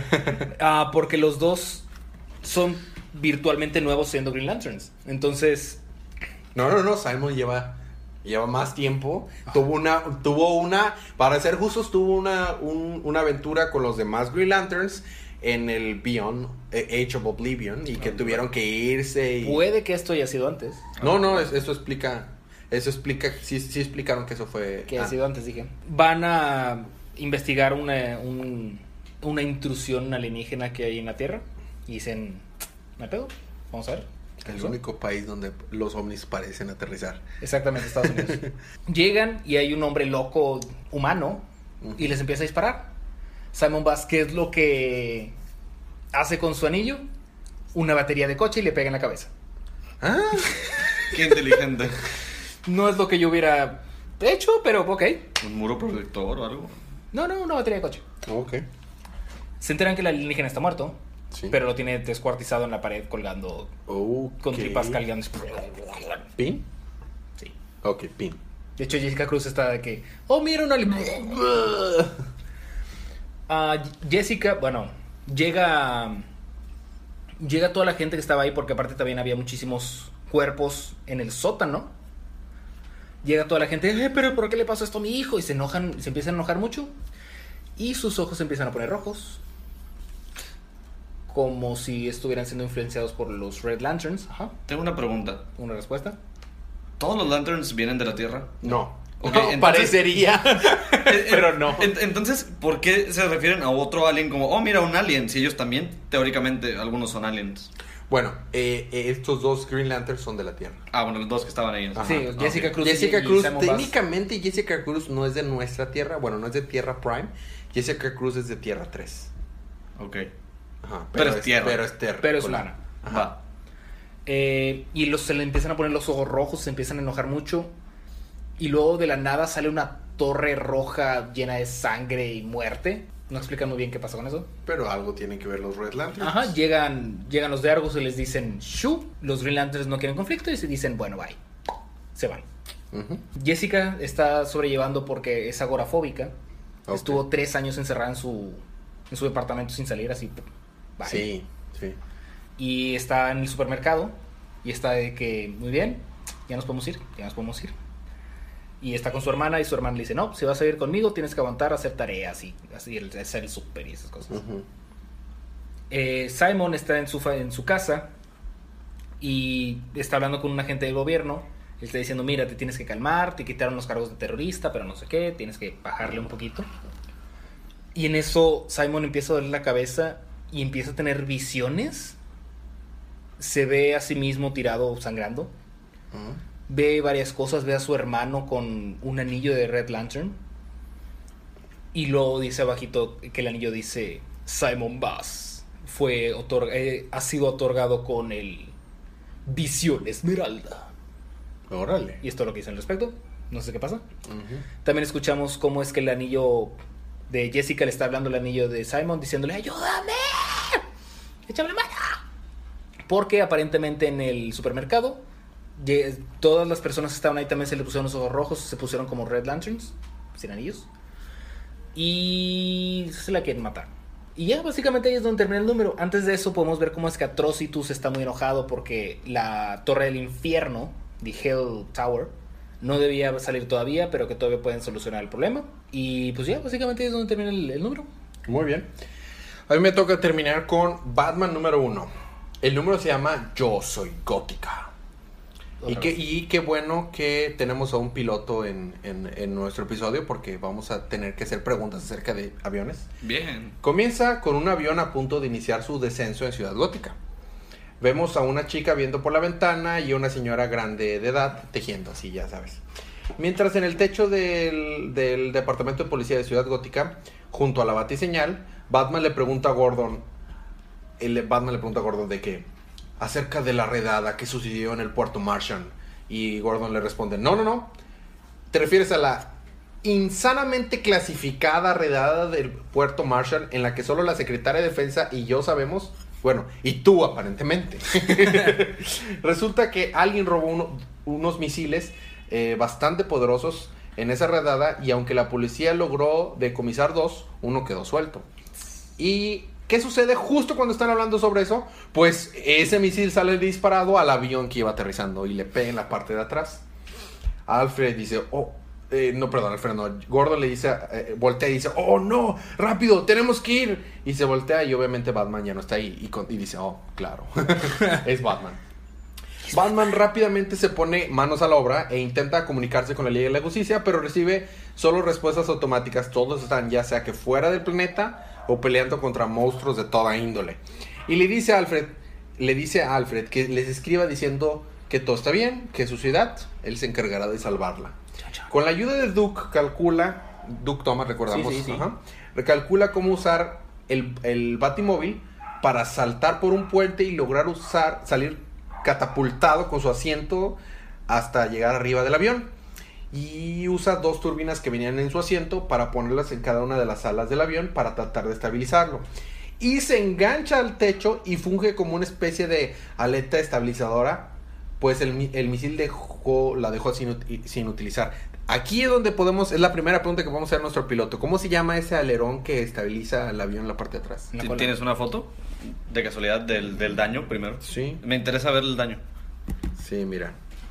Porque los dos son virtualmente nuevos siendo Green Lanterns. Entonces... No. Simon lleva Lleva más tiempo. Tuvo una, para ser justos, tuvo una aventura con los demás Green Lanterns en el Beyond, Age of Oblivion, y que tuvieron que irse. Puede que esto haya sido antes. No, eso explica, sí explicaron que eso fue. Que ha sido antes, dije. Van a investigar una intrusión alienígena que hay en la Tierra. Y dicen, ¿me hay pedo? Vamos a ver. El único país donde los ovnis parecen aterrizar. Exactamente, Estados Unidos. Llegan y hay un hombre loco humano y les empieza a disparar. Simon Bass, ¿qué es lo que hace con su anillo? Una batería de coche y le pega en la cabeza. Ah, Qué inteligente. No es lo que yo hubiera hecho, pero ok. ¿Un muro protector o algo? No, una batería de coche. ok. Se enteran que el alienígena está muerto, Sí. pero lo tiene descuartizado en la pared colgando con tripas colgando. ¿Pin? Sí. Ok, pin. De hecho, Jessica Cruz está de que, oh, mira un alienígena. Jessica, bueno, llega toda la gente que estaba ahí, porque aparte también había muchísimos cuerpos en el sótano. Llega toda la gente, pero ¿por qué le pasó esto a mi hijo? Y se enojan, se empiezan a enojar mucho. Y sus ojos se empiezan a poner rojos, como si estuvieran siendo influenciados por los Red Lanterns. Ajá. Tengo una pregunta. Una respuesta. ¿Todos los Lanterns vienen de la Tierra? No. Ok, No, entonces- parecería, pero no. Entonces, ¿por qué se refieren a otro alien como, oh, mira, un alien? Si ellos también, teóricamente, algunos son aliens. Bueno, estos dos Green Lanterns son de la Tierra. Ah, bueno, los dos que estaban ahí. Ajá. Sí, Jessica ok. Cruz. Jessica y Cruz, Simon Bass. técnicamente Jessica Cruz no es de nuestra Tierra. Bueno, no es de Tierra Prime. Jessica Cruz es de Tierra 3. Ok. Ajá, Pero es Tierra. Pero es Tierra. Pero es humana. Ajá. Va. Y se le empiezan a poner los ojos rojos, se empiezan a enojar mucho. Y luego de la nada sale una torre roja llena de sangre y muerte. No explican muy bien qué pasa con eso. Pero algo tienen que ver los Red Lanterns. Ajá, llegan los de Argus y les dicen shoo. Los Green Lanterns no quieren conflicto y se dicen, bueno, bye. Se van. Ujú. Jessica está sobrellevando porque es agorafóbica. Ok. Estuvo 3 años encerrada en su departamento sin salir, así. Bye. Sí. Y está en el supermercado y está de que, muy bien, ya nos podemos ir. Y está con su hermana y su hermana le dice, no, si vas a ir conmigo tienes que aguantar a hacer tareas y así, hacer el súper y esas cosas. Ujú. Simon está en su casa y está hablando con un agente del gobierno. Le está diciendo, mira, te tienes que calmar, te quitaron los cargos de terrorista, pero no sé qué, tienes que bajarle un poquito. Y en eso Simon empieza a doler la cabeza y empieza a tener visiones. Se ve a sí mismo tirado sangrando. Ujú. Ve varias cosas, ve a su hermano con un anillo de Red Lantern. Y luego dice abajito que el anillo dice Simon Bass ha sido otorgado con el Visión Esmeralda. Órale. Y esto es lo que dice al respecto. No sé qué pasa. Ujú. También escuchamos cómo es que el anillo de Jessica le está hablando el anillo de Simon, diciéndole, ¡ayúdame! ¡Échame la mano! Porque aparentemente en el supermercado todas las personas que estaban ahí también se le pusieron los ojos rojos, se pusieron como Red Lanterns, sin anillos. Y se la quieren matar. Y ya básicamente ahí es donde termina el número. Antes de eso podemos ver cómo es que Atrocitus está muy enojado porque la Torre del Infierno, The Hell Tower, no debía salir todavía, pero que todavía pueden solucionar el problema. Y pues ya básicamente ahí es donde termina el número. Muy bien. A mí me toca terminar con Batman número 1. El número se llama Yo Soy Gótica. Y qué bueno que tenemos a un piloto en nuestro episodio, porque vamos a tener que hacer preguntas acerca de aviones. Bien. Comienza con un avión a punto de iniciar su descenso en Ciudad Gótica. Vemos a una chica viendo por la ventana y a una señora grande de edad tejiendo, así ya sabes. Mientras en el techo del departamento de policía de Ciudad Gótica, junto a la batiseñal, Batman le pregunta a Gordon de que acerca de la redada que sucedió en el puerto Martian. Y Gordon le responde, no, te refieres a la insanamente clasificada redada del puerto Martian en la que solo la secretaria de defensa y yo sabemos, bueno, y tú aparentemente. Resulta que alguien robó unos misiles bastante poderosos en esa redada, y aunque la policía logró decomisar 2, uno quedó suelto. ¿Y qué sucede justo cuando están hablando sobre eso? Pues ese misil sale disparado al avión que iba aterrizando y le pega en la parte de atrás. Alfred dice, no, perdón, Alfred no. Gordon le dice, voltea y dice, oh no, rápido, tenemos que ir. Y se voltea y obviamente Batman ya no está ahí. Y dice, oh, claro, es Batman. Batman rápidamente se pone manos a la obra e intenta comunicarse con la Liga de la Justicia, pero recibe solo respuestas automáticas. Todos están ya sea que fuera del planeta o peleando contra monstruos de toda índole. Y le dice a Alfred que les escriba diciendo que todo está bien, que su ciudad, él se encargará de salvarla. Con la ayuda de Duke Thomas, recordamos, Sí. ajá, recalcula cómo usar el Batimóvil para saltar por un puente y lograr salir catapultado con su asiento hasta llegar arriba del avión. Y usa 2 turbinas que venían en su asiento para ponerlas en cada una de las alas del avión para tratar de estabilizarlo. Y se engancha al techo y funge como una especie de aleta estabilizadora, pues el misil la dejó sin utilizar. Aquí es donde es la primera pregunta que podemos hacer a nuestro piloto. ¿Cómo se llama ese alerón que estabiliza el avión en la parte de atrás? ¿Tienes una foto de casualidad del daño primero? Sí. Me interesa ver el daño. Sí, mira.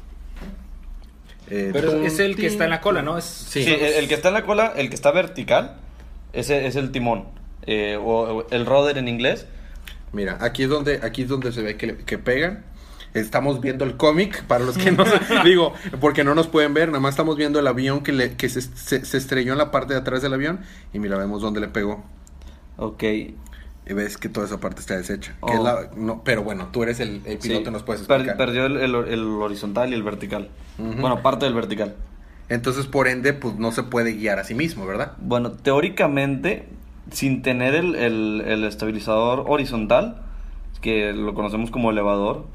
Pero es el que está en la cola, ¿no? Sí, el que está en la cola, el que está vertical, ese es el timón. O el rudder en inglés. Mira, aquí es donde se ve que pegan. Estamos viendo el cómic, para los que no digo, porque no nos pueden ver, nada más estamos viendo el avión que se estrelló en la parte de atrás del avión. Y mira, vemos dónde le pegó. Ok. Y ves que toda esa parte está deshecha. Pero bueno, tú eres el piloto, Sí. Nos puedes explicar. Perdió el horizontal y el vertical. Uh-huh. Bueno, parte del vertical. Entonces, por ende, pues no se puede guiar a sí mismo, ¿verdad? Bueno, teóricamente, sin tener el estabilizador horizontal, que lo conocemos como elevador,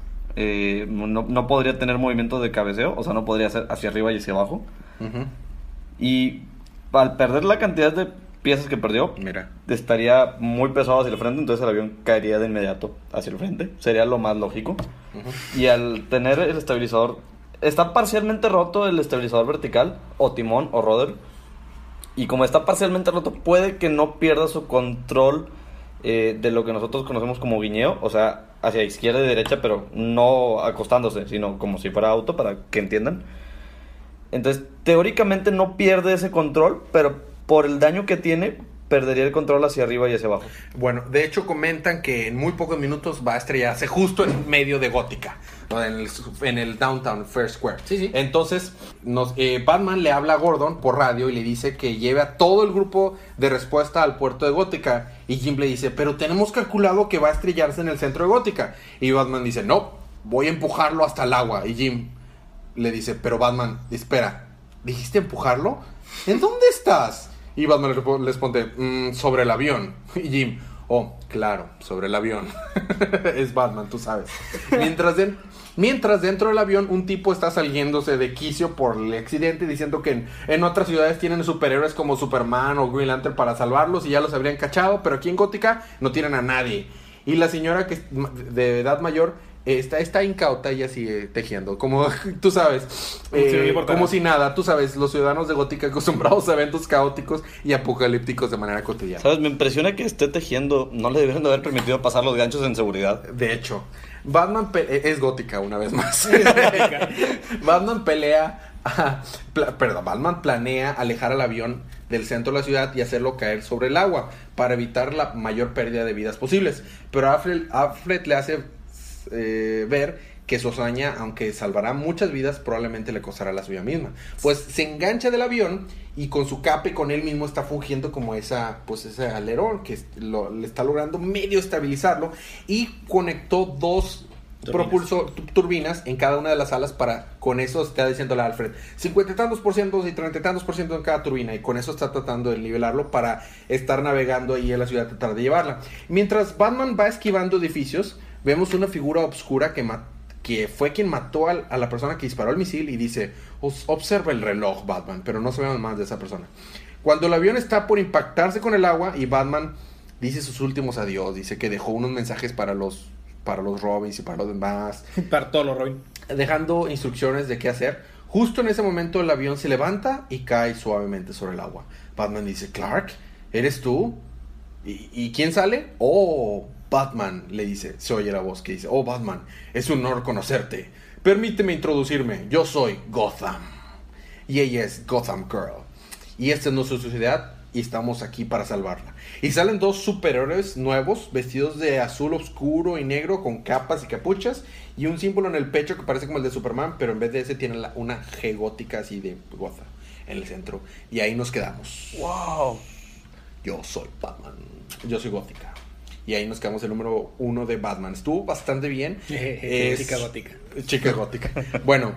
no podría tener movimiento de cabeceo, o sea, no podría hacer hacia arriba y hacia abajo. Uh-huh. Y al perder la cantidad de piezas que perdió, Mira. estaría muy pesado hacia el frente, entonces el avión caería de inmediato hacia el frente. Sería lo más lógico. Uh-huh. Y al tener el estabilizador, está parcialmente roto el estabilizador vertical, o timón, o rudder. Y como está parcialmente roto, puede que no pierda su control de lo que nosotros conocemos como guiñeo, o sea, hacia izquierda y derecha, pero no acostándose, sino como si fuera auto, para que entiendan. Entonces, teóricamente no pierde ese control, pero por el daño que tiene, perdería el control hacia arriba y hacia abajo. Bueno, de hecho comentan que en muy pocos minutos va a estrellarse justo en medio de Gótica, ¿no? en el Downtown Fair Square. Sí. Entonces, Batman le habla a Gordon por radio y le dice que lleve a todo el grupo de respuesta al puerto de Gótica. Y Jim le dice, pero tenemos calculado que va a estrellarse en el centro de Gótica. Y Batman dice, no, voy a empujarlo hasta el agua. Y Jim le dice, pero Batman, espera, ¿dijiste empujarlo? ¿En dónde estás? Y Batman le responde, sobre el avión. Y Jim, oh, claro, sobre el avión. Es Batman, tú sabes. Mientras dentro del avión un tipo está saliéndose de quicio por el accidente, diciendo que en otras ciudades tienen superhéroes como Superman o Green Lantern para salvarlos y ya los habrían cachado, pero aquí en Gótica no tienen a nadie. Y la señora que de edad mayor está incauta y así tejiendo, como tú sabes, como si nada, tú sabes, los ciudadanos de Gótica acostumbrados a eventos caóticos y apocalípticos de manera cotidiana. ¿Sabes? Me impresiona que esté tejiendo, no le debieron de haber permitido pasar los ganchos en seguridad. De hecho, Batman es Gótica una vez más. Batman Batman planea alejar al avión del centro de la ciudad y hacerlo caer sobre el agua para evitar la mayor pérdida de vidas posibles. Pero Alfred le hace ver que su hazaña, aunque salvará muchas vidas, probablemente le costará la suya misma. Pues se engancha del avión y con su capa y con él mismo está fungiendo como ese alerón que le está logrando medio estabilizarlo, y conectó 2 turbinas en cada una de las alas para, con eso está diciéndole a Alfred 50 y tantos por ciento y 30 y tantos por ciento en cada turbina, y con eso está tratando de nivelarlo para estar navegando ahí en la ciudad, tratar de llevarla. Mientras Batman va esquivando edificios, vemos una figura oscura que fue quien mató a la persona que disparó el misil, y dice, observa el reloj, Batman, pero no sabemos más de esa persona. Cuando el avión está por impactarse con el agua y Batman dice sus últimos adiós, dice que dejó unos mensajes para los Robins y para los demás, para todos los Robin, dejando instrucciones de qué hacer. Justo en ese momento el avión se levanta y cae suavemente sobre el agua. Batman dice, Clark, ¿eres tú? ¿Y quién sale? Oh, Batman, le dice, se oye la voz que dice, oh, Batman, es un honor conocerte. Permíteme introducirme. Yo soy Gotham. Y ella es Gotham Girl. Y esta es nuestra sociedad y estamos aquí para salvarla. Y salen 2 superhéroes nuevos, vestidos de azul oscuro y negro, con capas y capuchas, y un símbolo en el pecho que parece como el de Superman, pero en vez de ese tiene una G gótica así de Gotham en el centro. Y ahí nos quedamos. ¡Wow! Yo soy Batman. Yo soy gótica. Y ahí nos quedamos el número 1 de Batman. Estuvo bastante bien. Chica gótica. Chica gótica. Bueno.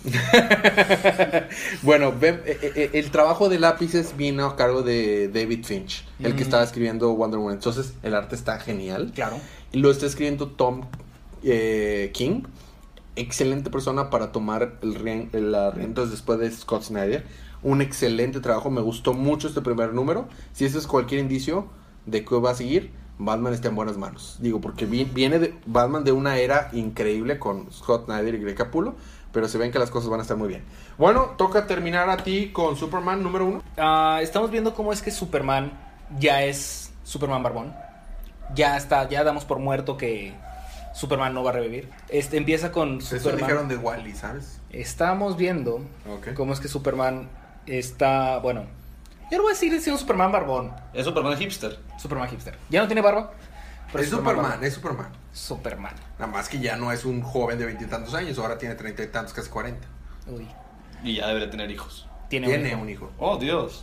Bueno, el trabajo de lápices vino a cargo de David Finch, el que estaba escribiendo Wonder Woman. Entonces el arte está genial. Claro. Y lo está escribiendo Tom King. Excelente persona para tomar las riendas después de Scott Snyder. Un excelente trabajo. Me gustó mucho este primer número. Si ese es cualquier indicio de que va a seguir, Batman está en buenas manos. Digo, porque viene de Batman de una era increíble con Scott Snyder y Greg Capullo, pero se ven que las cosas van a estar muy bien. Bueno, toca terminar a ti con Superman número 1. Estamos viendo cómo es que Superman ya es Superman barbón. Ya damos por muerto que Superman no va a revivir. Empieza con Eso Superman. dijeron de Wall-E, ¿sabes? Estamos viendo Ok. cómo es que Superman está, bueno, yo no voy a decir si es un Superman barbón, Es Superman hipster. Superman hipster. Ya no tiene barba, pero Es Superman, barbón. es Superman. Superman. Nada más que ya no es un joven de 20 y tantos años, ahora tiene 30 y tantos, casi 40. Uy, Y ya debería tener hijos. Tiene un hijo. ¡Oh, Dios!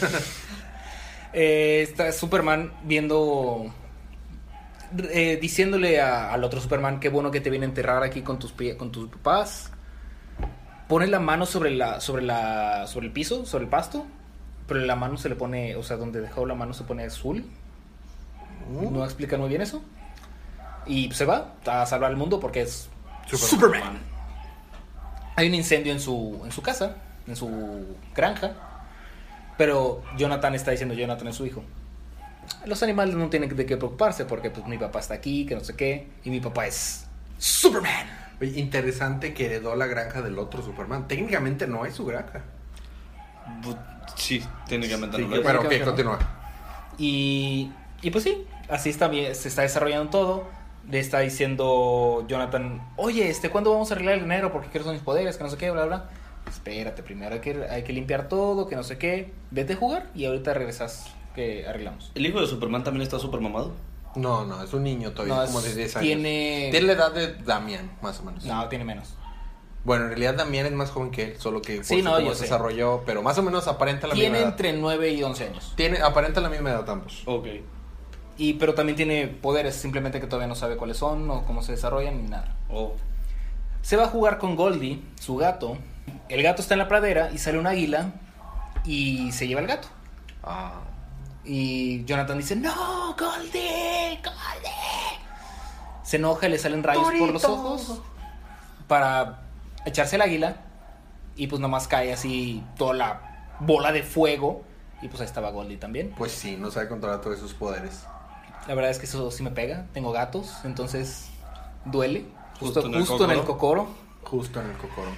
Está Superman viendo, diciéndole al otro Superman, qué bueno que te viene a enterrar aquí con tus papás. Pone la mano sobre el piso, sobre el pasto, pero la mano se le pone, o sea, donde dejó la mano se pone azul. No explica muy bien eso. Y se va a salvar el mundo porque es Superman. Hay un incendio en su casa, en su granja. Pero Jonathan está diciendo, Jonathan es su hijo. Los animales no tienen de qué preocuparse porque pues mi papá está aquí, que no sé qué. Y mi papá es Superman. Oye, interesante que heredó la granja del otro Superman. Técnicamente no es su granja. Sí, técnicamente Sí, no lo es. bueno, ok, Creo que no. continúa. Y pues sí, así está bien, se está desarrollando todo. Le está diciendo Jonathan, oye, ¿cuándo vamos a arreglar el dinero? Porque quiero son mis poderes, que no sé qué, bla, bla. Espérate, primero hay que limpiar todo, que no sé qué. Vete a jugar y ahorita regresas, que arreglamos. ¿El hijo de Superman también está super mamado? No, es un niño todavía, No, como de 10 años. tiene la edad de Damian, más o menos. No, tiene menos. Bueno, en realidad Damian es más joven que él, solo que por Sí, no, cómo yo se sé. desarrolló, pero más o menos aparenta la Tiene misma edad. entre 9 y 11 años. Aparenta la misma edad ambos. Ok. Pero también tiene poderes, simplemente que todavía no sabe cuáles son o cómo se desarrollan ni nada. Oh. Se va a jugar con Goldie, su gato. El gato está en la pradera y sale un águila y se lleva el gato. Ah. Y Jonathan dice, no, Goldie, Goldie. Se enoja y le salen rayos por los ojos para echarse el águila. Y pues nomás cae así toda la bola de fuego. Y pues ahí estaba Goldie también. Pues sí, no sabe controlar todos esos poderes. La verdad es que eso sí me pega. Tengo gatos, entonces duele. Justo Justo en el cocoro. Justo en el cocoro.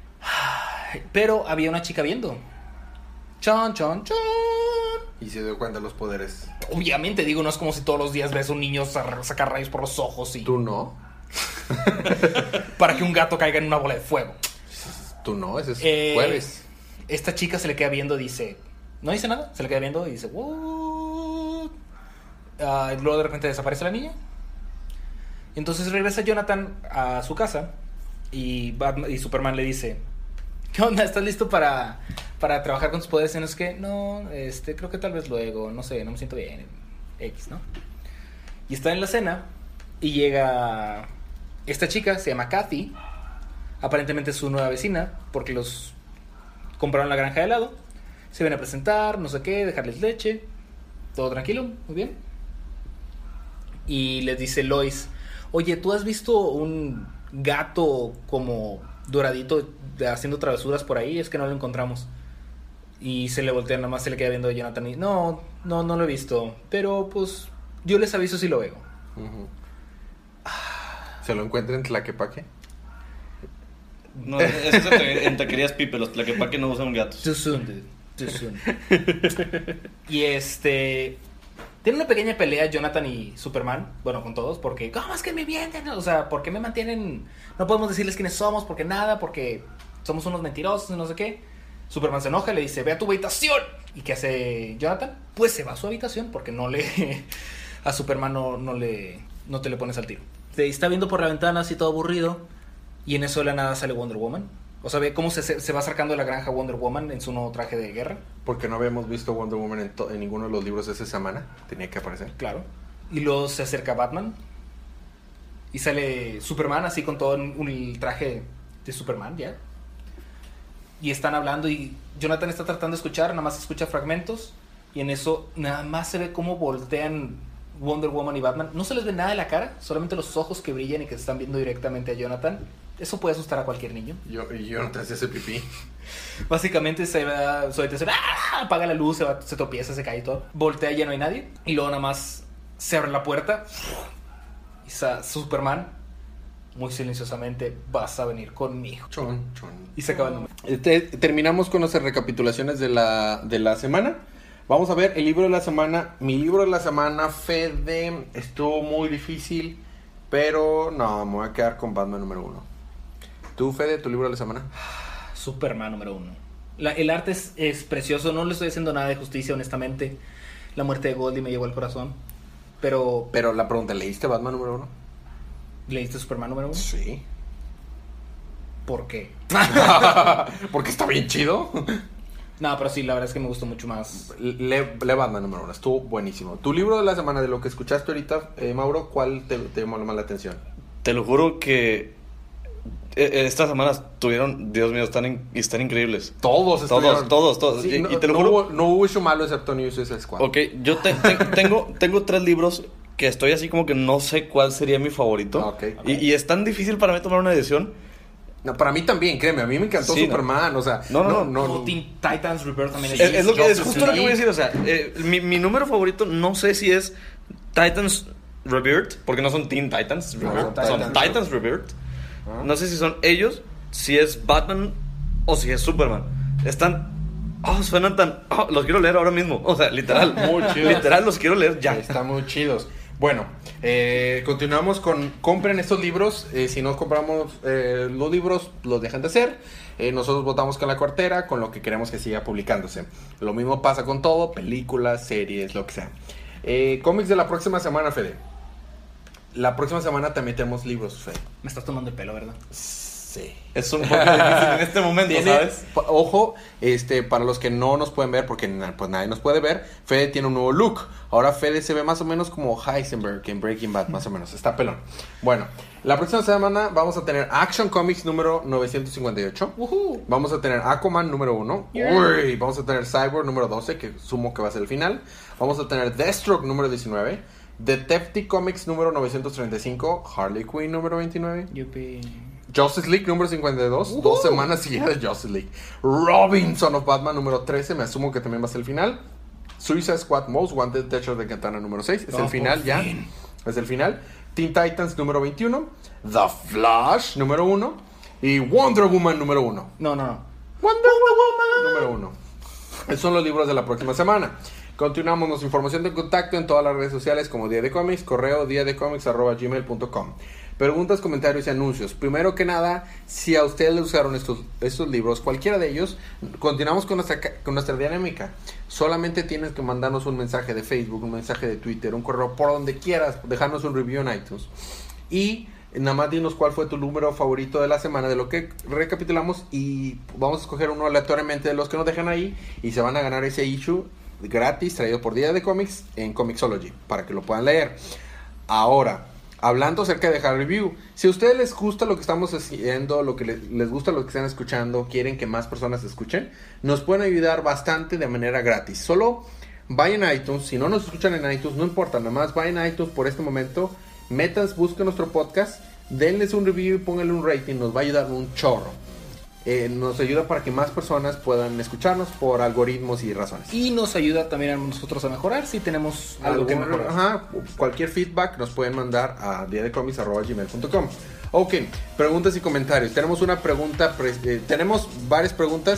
Pero había una chica viendo. Chon, chon, chon. Y se dio cuenta de los poderes. Obviamente, digo, no es como si todos los días ves a un niño sacar rayos por los ojos y ¿Tú no? para que un gato caiga en una bola de fuego. ¿Tú no? Ese es jueves. Esta chica se le queda viendo, dice, no dice nada, se le queda viendo y dice, what? Y luego de repente desaparece la niña. Entonces regresa Jonathan a su casa y Superman le dice, ¿qué onda? ¿Estás listo para trabajar con tus poderes? Y no es que, no, creo que tal vez luego, no sé, no me siento bien, X, ¿no? Y está en la cena y llega esta chica, se llama Kathy, aparentemente es su nueva vecina, porque los compraron la granja de helado, se ven a presentar, no sé qué, dejarles leche, todo tranquilo, muy bien. Y les dice Lois, oye, ¿tú has visto un gato como doradito haciendo travesuras por ahí? Es que no lo encontramos. Y se le voltea, nada más se le queda viendo a Jonathan y no lo he visto, pero pues yo les aviso si lo veo. Uh-huh. ¿Se lo encuentra en Tlaquepaque? No, eso es en taquerías Pipe, los tlaquepaque no usan gatos. Too soon, dude. Too soon. Y Tiene una pequeña pelea Jonathan y Superman, bueno, con todos, porque ¿cómo es que me mienten? O sea, ¿por qué me mantienen? No podemos decirles quiénes somos, porque nada, porque somos unos mentirosos y no sé qué. Superman se enoja y le dice, ve a tu habitación. ¿Y qué hace Jonathan? Pues se va a su habitación, porque a Superman no te le pones al tiro. Te está viendo por la ventana así todo aburrido, y en eso de la nada sale Wonder Woman. O sea, ve cómo se va acercando de la granja Wonder Woman en su nuevo traje de guerra. Porque no habíamos visto Wonder Woman en ninguno de los libros de esa semana. Tenía que aparecer. Claro. Y luego se acerca Batman. Y sale Superman así con todo el traje de Superman, ¿ya? Y están hablando y Jonathan está tratando de escuchar, nada más escucha fragmentos. Y en eso nada más se ve cómo voltean Wonder Woman y Batman. No se les ve nada de la cara, solamente los ojos que brillan y que están viendo directamente a Jonathan. Eso puede asustar a cualquier niño. Jonathan se hace pipí. Básicamente se va, apaga la luz, se tropieza, se cae y todo. Voltea y ya no hay nadie. Y luego nada más se abre la puerta. Y Superman, muy silenciosamente, vas a venir conmigo. Chon. Y se acaba el número. Terminamos con nuestras recapitulaciones de la semana. Vamos a ver el libro de la semana. Mi libro de la semana, Fede, estuvo muy difícil. Pero no, me voy a quedar con Batman número 1. ¿Tú, Fede, tu libro de la semana? Superman número 1. El arte es precioso, no le estoy haciendo nada de justicia, honestamente. La muerte de Goldie me llegó al corazón. Pero la pregunta, ¿leíste Batman número 1? ¿Leíste Superman número 1? Sí. ¿Por qué? Porque está bien chido. No, pero sí, la verdad es que me gustó mucho más. Lee Batman número 1, estuvo buenísimo. Tu libro de la semana, de lo que escuchaste ahorita, Mauro, ¿cuál te llamó más la atención? Te lo juro que estas semanas tuvieron, Dios mío, están increíbles. Todos. Sí, y te lo juro, no hubo hecho malo excepto New Suicide Squad. Ok, yo tengo 3 libros que estoy así como que no sé cuál sería mi favorito. Okay. Y es tan difícil para mí tomar una decisión. No, para mí también, créeme, a mí me encantó Superman, no. o sea... No. Teen Titans Rebirth también Es justo lo que voy a decir, o sea, mi número favorito no sé si es Titans Rebirth, porque no son Teen Titans Rebirth, son Titans Rebirth. No sé si son ellos, si es Batman o si es Superman. Suenan tan... los quiero leer ahora mismo, o sea, literal. Muy chidos. Literal, los quiero leer ya. Están muy chidos. Bueno, continuamos con... Compren estos libros. Si no compramos los libros, los dejan de hacer. Nosotros votamos con la cartera, con lo que queremos que siga publicándose. Lo mismo pasa con todo, películas, series, lo que sea. Cómics de la próxima semana, Fede. La próxima semana también tenemos libros, Fede. Me estás tomando el pelo, ¿verdad? Sí. Es un poco difícil en este momento, ¿sabes? Ojo, para los que no nos pueden ver, porque pues nadie nos puede ver, Fede tiene un nuevo look. Ahora Fede se ve más o menos como Heisenberg en Breaking Bad, más o menos. Está pelón. Bueno, la próxima semana vamos a tener Action Comics número 958. Vamos a tener Aquaman número 1. Uy, vamos a tener Cyborg número 12, que sumo que va a ser el final. Vamos a tener Deathstroke número 19. Detective Comics número 935. Harley Quinn número 29. Yupi. Justice League número 52. 2 semanas seguidas de Justice League. Robin, Son of Batman número 13. Me asumo que también va a ser el final. Suicide Squad Most Wanted, Techo de Katana número 6. Es el final ya. Es el final. Teen Titans número 21. The Flash número 1. Y Wonder Woman número 1. No. Wonder Woman número 1. Esos son los libros de la próxima semana. Continuamos nuestra información de contacto en todas las redes sociales como Día de Cómics, correo diadecomics@gmail.com. Preguntas, comentarios y anuncios. Primero que nada, si a ustedes les usaron estos libros, cualquiera de ellos, continuamos con nuestra dinámica. Solamente tienes que mandarnos un mensaje de Facebook, un mensaje de Twitter, un correo, por donde quieras, dejarnos un review en iTunes. Y nada más dinos cuál fue tu número favorito de la semana de lo que recapitulamos y vamos a escoger uno aleatoriamente de los que nos dejan ahí y se van a ganar ese issue gratis traído por Día de Cómics en Comixology para que lo puedan leer. Ahora, hablando acerca de dejar review, si a ustedes les gusta lo que estamos haciendo, lo que les gusta lo que están escuchando, quieren que más personas escuchen, nos pueden ayudar bastante de manera gratis. Solo vayan a iTunes, si no nos escuchan en iTunes, no importa, nada más vayan a iTunes por este momento, busquen nuestro podcast, denles un review y pónganle un rating, nos va a ayudar un chorro. Nos ayuda para que más personas puedan escucharnos por algoritmos y razones. Y nos ayuda también a nosotros a mejorar si tenemos algo que mejorar. Cualquier feedback nos pueden mandar a diadecomics@gmail.com. Ok, preguntas y comentarios. Tenemos una pregunta, tenemos varias preguntas,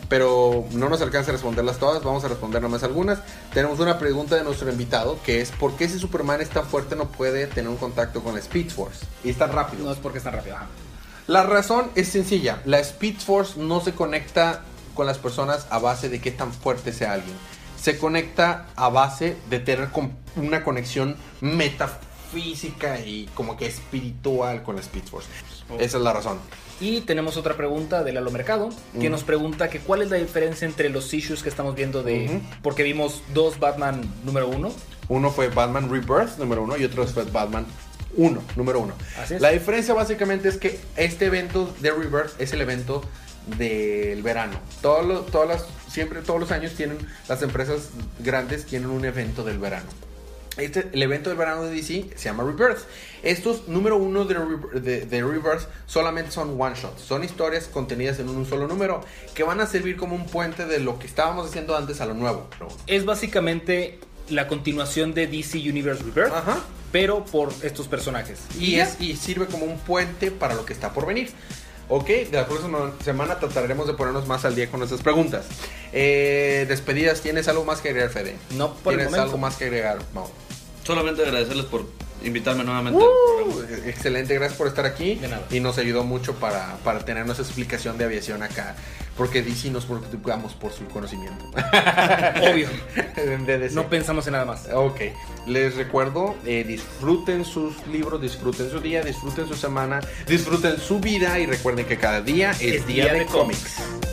pero no nos alcanza a responderlas todas. Vamos a responder nomás algunas. Tenemos una pregunta de nuestro invitado, que es: ¿por qué si Superman es tan fuerte no puede tener un contacto con la Speed Force? Y es tan rápido. No es porque es tan rápido. Ajá. La razón es sencilla. La Speed Force no se conecta con las personas a base de qué tan fuerte sea alguien. Se conecta a base de tener una conexión metafísica y como que espiritual con la Speed Force. Esa es la razón. Y tenemos otra pregunta de Lalo Mercado, que nos pregunta que cuál es la diferencia entre los issues que estamos viendo de... Porque vimos 2 Batman número 1. Uno fue Batman Rebirth número 1 y otro fue Batman 1, número 1. Así es. La diferencia básicamente es que este evento de Rebirth es el evento del verano. Todos los años tienen las empresas grandes tienen un evento del verano. El evento del verano de DC se llama Rebirth. Estos número 1 de Rebirth solamente son one shots. Son historias contenidas en un solo número que van a servir como un puente de lo que estábamos haciendo antes a lo nuevo. Es básicamente la continuación de DC Universe Rebirth, Ajá. pero por estos personajes. Y sirve como un puente para lo que está por venir. Ok, de la próxima semana trataremos de ponernos más al día con nuestras preguntas. Despedidas, ¿tienes algo más que agregar, Fede? No, por el ¿Tienes momento. algo más que agregar, Mau? Solamente agradecerles por invitarme nuevamente al programa. Excelente, gracias por estar aquí. De nada. Y nos ayudó mucho para tener nuestra explicación de aviación acá. Porque DC nos preocupamos por su conocimiento. Obvio. De DC. No pensamos en nada más. Ok, les recuerdo, disfruten sus libros, disfruten su día, disfruten su semana, disfruten su vida y recuerden que cada día es día de cómics.